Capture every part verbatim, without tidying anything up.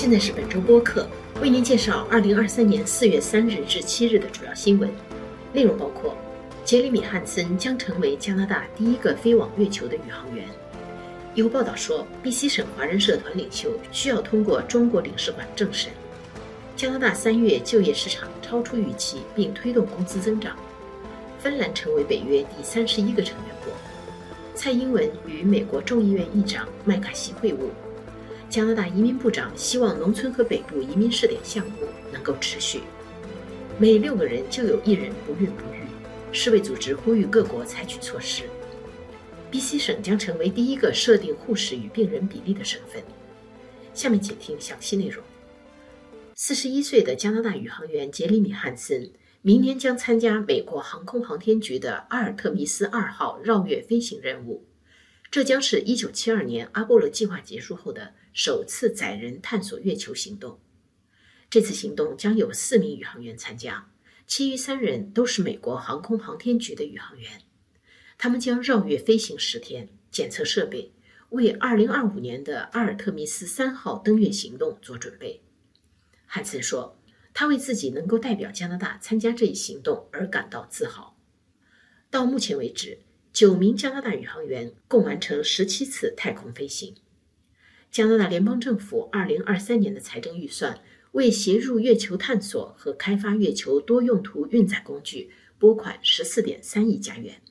现在是本周播客，为您介绍二零二三年四月三日至七日的主要新闻。内容包括：杰里米·汉森将成为加拿大第一个飞往月球的宇航员。有报道说 ，B C 省华人社团领袖需要通过中国领事馆政审。加拿大三月就业市场超出预期，并推动工资增长。芬兰成为北约第三十一个成员国。蔡英文与美国众议院议长麦卡锡会晤。加拿大移民部长希望农村和北部移民试点项目能够持续。每六个人就有一人不孕不育，世卫组织呼吁各国采取措施。B C 省将成为第一个设定护士与病人比例的省份。下面请听详细内容。四十一岁的加拿大宇航员杰里米·汉森明年将参加美国航空航天局的阿尔特弥斯二号绕月飞行任务。这将是一九七二年阿波罗计划结束后的首次载人探索月球行动。这次行动将有四名宇航员参加，其余三人都是美国航空航天局的宇航员。他们将绕月飞行十天，检测设备，为二零二五年的阿尔特弥斯三号登月行动做准备。汉森说，他为自己能够代表加拿大参加这一行动而感到自豪。到目前为止，九名加拿大宇航员共完成十七次太空飞行。加拿大联邦政府二零二三年的财政预算为协助月球探索和开发月球多用途运载工具拨款 十四点三亿加元。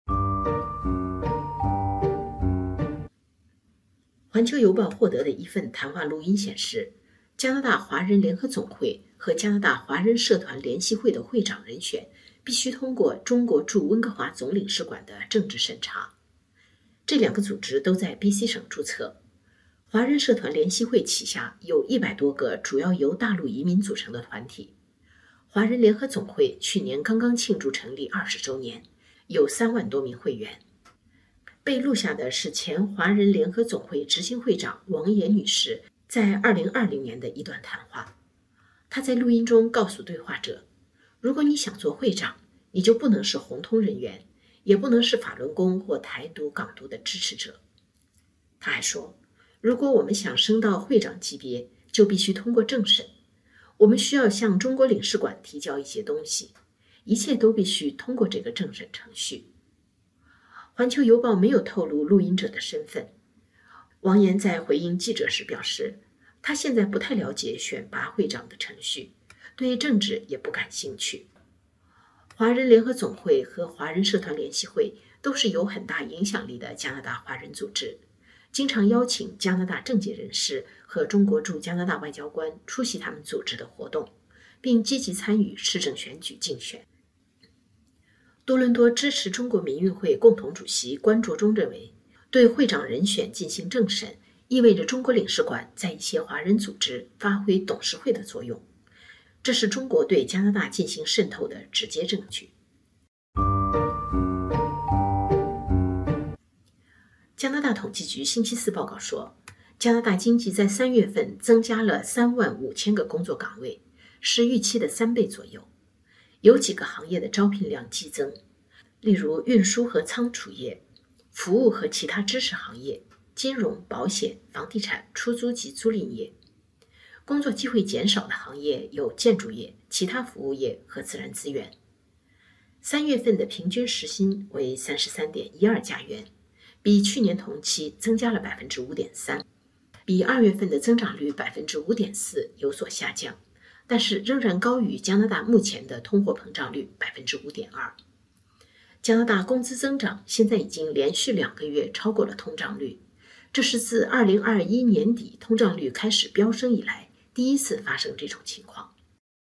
环球邮报获得的一份谈话录音显示，加拿大华人联合总会和加拿大华人社团联席会的会长人选必须通过中国驻温哥华总领事馆的政治审查。这两个组织都在 B C 省注册。华人社团联席会旗下有一百多个主要由大陆移民组成的团体。华人联合总会去年刚刚庆祝成立二十周年，有三万多名会员。被录下的是前华人联合总会执行会长王岩女士在二零二零年的一段谈话。她在录音中告诉对话者，如果你想做会长，你就不能是红通人员，也不能是法轮功或台独港独的支持者。他还说，如果我们想升到会长级别，就必须通过政审。我们需要向中国领事馆提交一些东西，一切都必须通过这个政审程序。环球邮报没有透露录音者的身份。王岩在回应记者时表示，他现在不太了解选拔会长的程序，对政治也不感兴趣。华人联合总会和华人社团联席会都是有很大影响力的加拿大华人组织，经常邀请加拿大政界人士和中国驻加拿大外交官出席他们组织的活动，并积极参与市政选举竞选。多伦多支持中国民运会共同主席关卓中认为，对会长人选进行政审意味着中国领事馆在一些华人组织发挥董事会的作用，这是中国对加拿大进行渗透的直接证据。加拿大统计局星期四报告说，加拿大经济在三月份增加了三万五千个工作岗位，是预期的三倍左右。有几个行业的招聘量激增，例如运输和仓储业、服务和其他知识行业、金融、保险、房地产、出租及租赁业。工作机会减少的行业有建筑业、其他服务业和自然资源。三月份的平均时薪为 三十三点一二加元，比去年同期增加了 百分之五点三， 比二月份的增长率 百分之五点四 有所下降，但是仍然高于加拿大目前的通货膨胀率 百分之五点二。加拿大工资增长现在已经连续两个月超过了通胀率，这是自二零二一年底通胀率开始飙升以来第一次发生这种情况。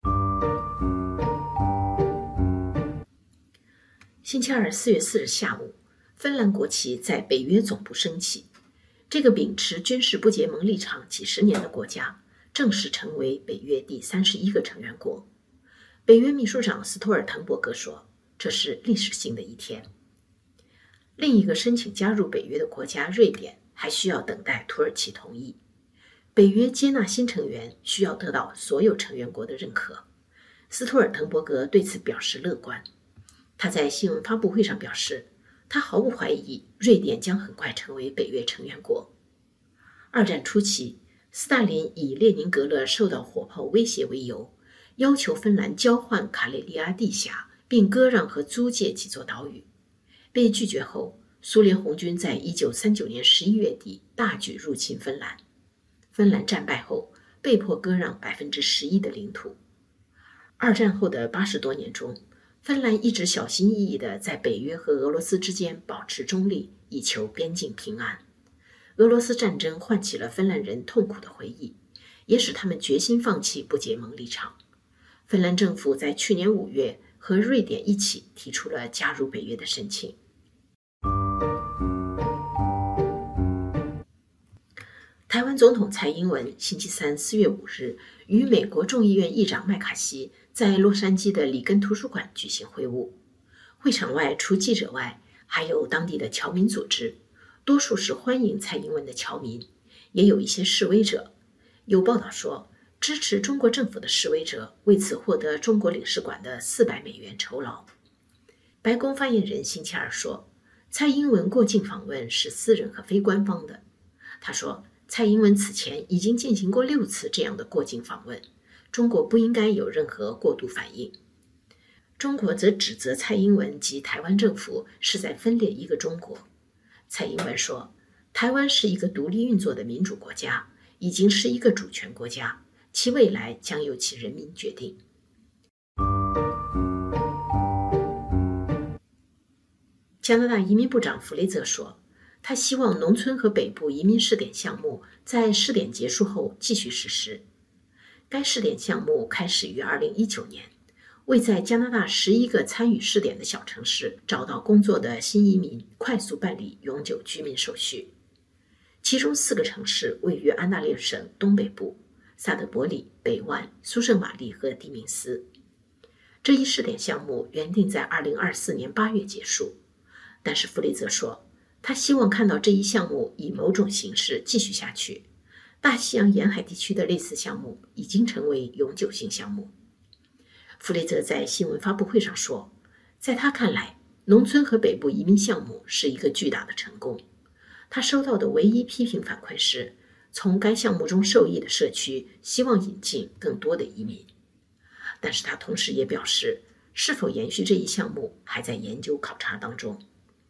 星期二四月四日下午，芬兰国旗在北约总部升起。这个秉持军事不结盟立场几十年的国家正式成为北约第三十一个成员国。北约秘书长斯托尔滕伯格说，这是历史性的一天。另一个申请加入北约的国家瑞典还需要等待土耳其同意。北约接纳新成员需要得到所有成员国的认可。斯托尔滕伯格对此表示乐观。他在新闻发布会上表示，他毫不怀疑瑞典将很快成为北约成员国。二战初期， 斯大林以列宁格勒受到火炮威胁为由，要求芬兰交换卡累利阿地峡，并割让和租借几座岛屿。被拒绝后，苏联红军在一九三九年十一月底大举入侵芬兰。芬兰战败后，被迫割让百分之十一的领土。二战后的八十多年中，芬兰一直小心翼翼地在北约和俄罗斯之间保持中立，以求边境平安。俄罗斯战争唤起了芬兰人痛苦的回忆，也使他们决心放弃不结盟立场。芬兰政府在去年五月和瑞典一起提出了加入北约的申请。台湾总统蔡英文星期三四月五日与美国众议院议长麦卡锡在洛杉矶的里根图书馆举行会晤。会场外除记者外，还有当地的侨民组织，多数是欢迎蔡英文的侨民，也有一些示威者。有报道说，支持中国政府的示威者为此获得中国领事馆的四百美元酬劳。白宫发言人星期二说，蔡英文过境访问是私人和非官方的。他说，蔡英文此前已经进行过六次这样的过境访问，中国不应该有任何过度反应。中国则指责蔡英文及台湾政府是在分裂一个中国。蔡英文说，台湾是一个独立运作的民主国家，已经是一个主权国家，其未来将由其人民决定。加拿大移民部长弗雷泽说，他希望农村和北部移民试点项目在试点结束后继续实施。该试点项目开始于二零一九年，为在加拿大十一个参与试点的小城市找到工作的新移民快速办理永久居民手续。其中四个城市位于安大略省东北部，萨德伯里、北湾、苏圣玛丽和蒂明斯。这一试点项目原定在二零二四年八月结束，但是弗雷泽说，他希望看到这一项目以某种形式继续下去。大西洋沿海地区的类似项目已经成为永久性项目。弗雷泽在新闻发布会上说，在他看来，农村和北部移民项目是一个巨大的成功。他收到的唯一批评反馈是，从该项目中受益的社区希望引进更多的移民。但是他同时也表示，是否延续这一项目还在研究考察当中。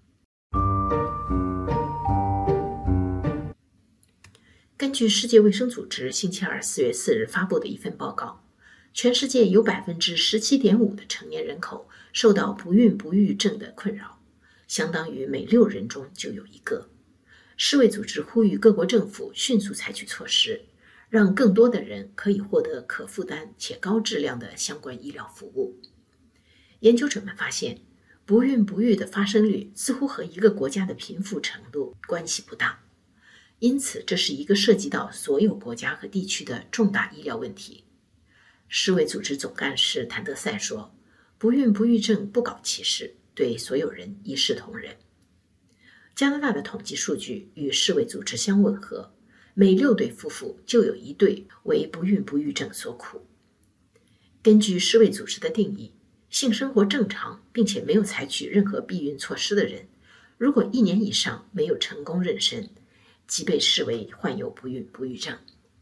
根据世界卫生组织星期二四月四日发布的一份报告，全世界有 百分之十七点五 的成年人口受到不孕不育症的困扰，相当于每六人中就有一个。世卫组织呼吁各国政府迅速采取措施，让更多的人可以获得可负担且高质量的相关医疗服务。研究者们发现，不孕不育的发生率似乎和一个国家的贫富程度关系不大，因此这是一个涉及到所有国家和地区的重大医疗问题。世卫组织总干事谭德赛说，不孕不育症不搞歧视，对所有人一视同仁。加拿大的统计数据与世卫组织相吻合，每六对夫妇就有一对为不孕不育症所苦。根据世卫组织的定义，性生活正常并且没有采取任何避孕措施的人，如果一年以上没有成功妊娠，即被视为患有不孕不育症。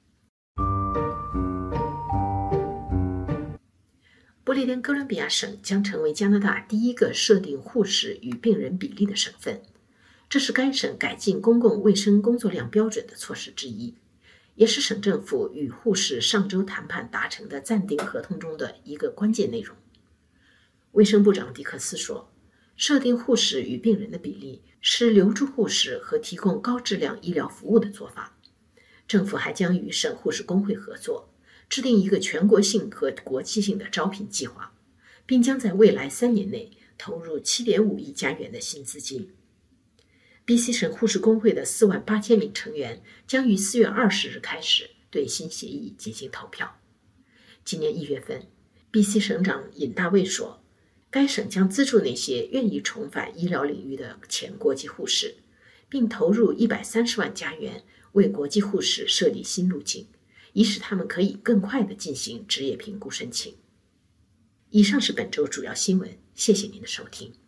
不列颠哥伦比亚省将成为加拿大第一个设定护士与病人比例的省份，这是该省改进公共卫生工作量标准的措施之一，也是省政府与护士上周谈判达成的暂定合同中的一个关键内容。卫生部长迪克斯说，设定护士与病人的比例是留住护士和提供高质量医疗服务的做法。政府还将与省护士工会合作，制定一个全国性和国际性的招聘计划，并将在未来三年内投入 七点五亿加元的新资金。B C 省护士工会的四万八千名成员将于四月二十日开始对新协议进行投票。今年一月份 B C 省长尹大卫说，该省将资助那些愿意重返医疗领域的前国际护士，并投入一百三十万加元为国际护士设立新路径，以使他们可以更快地进行职业评估申请。以上是本周主要新闻，谢谢您的收听。